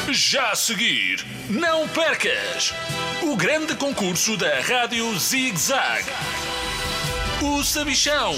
Já a seguir, não percas o grande concurso da Rádio Zig Zag, o Sabichão.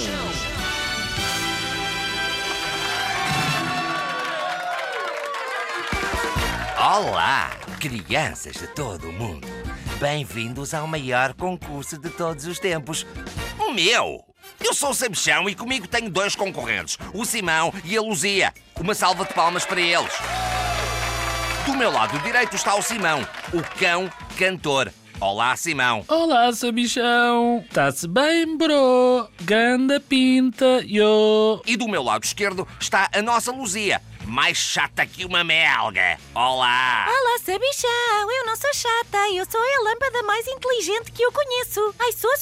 Olá, crianças de todo o mundo. Bem-vindos ao maior concurso de todos os tempos. O meu! Eu sou o Sabichão e comigo tenho dois concorrentes, o Simão e a Luzia. Uma salva de palmas para eles. Do meu lado direito está o Simão, o cão cantor. Olá, Simão. Olá, Sabichão. Tá-se bem, bro? Ganda pinta, yo. E do meu lado esquerdo está a nossa Luzia, mais chata que uma melga. Olá. Olá, Sabichão. Eu não sou chata. Eu sou a lâmpada mais inteligente que eu conheço. Ai, sou.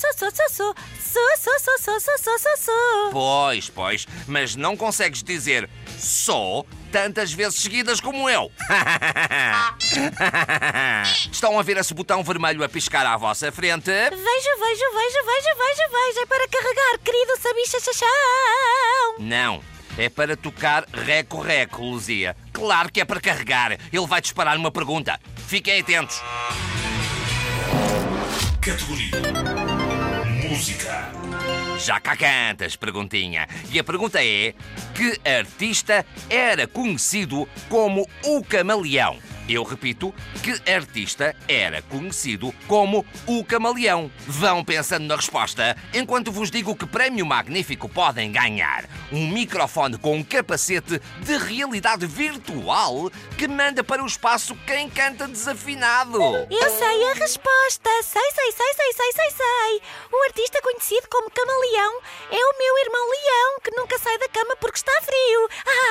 Pois, mas não consegues dizer sou tantas vezes seguidas como eu. Estão a ver esse botão vermelho a piscar à vossa frente? Vejo. É para carregar, querido Sabichão. Não, é para tocar reco-reco, Luzia. Claro que é para carregar. Ele vai disparar uma pergunta. Fiquem atentos. Categoria Música. Já cá cantas, perguntinha. E a pergunta é: que artista era conhecido como o Camaleão? Eu repito, que artista era conhecido como o Camaleão? Vão pensando na resposta, enquanto vos digo que prémio magnífico podem ganhar. Um microfone com um capacete de realidade virtual que manda para o espaço quem canta desafinado. Eu sei a resposta. Sei. O artista conhecido como Camaleão é o meu irmão Leão, que nunca sai da cama porque está frio.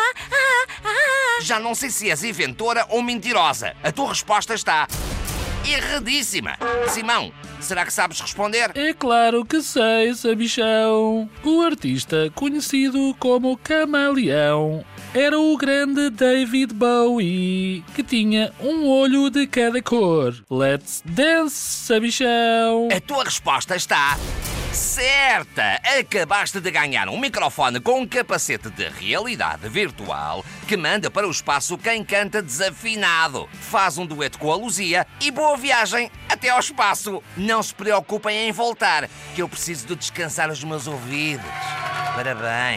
Já não sei se és inventora ou mentirosa. A tua resposta está erradíssima. Simão, será que sabes responder? É claro que sei, Sabichão. O artista conhecido como Camaleão era o grande David Bowie, que tinha um olho de cada cor. Let's dance, Sabichão. A tua resposta está certa! Acabaste de ganhar um microfone com um capacete de realidade virtual que manda para o espaço quem canta desafinado. Faz um dueto com a Luzia e boa viagem até ao espaço. Não se preocupem em voltar, que eu preciso de descansar os meus ouvidos. Parabéns!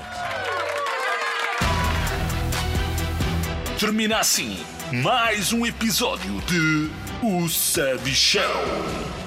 Termina assim mais um episódio de O Sabichão.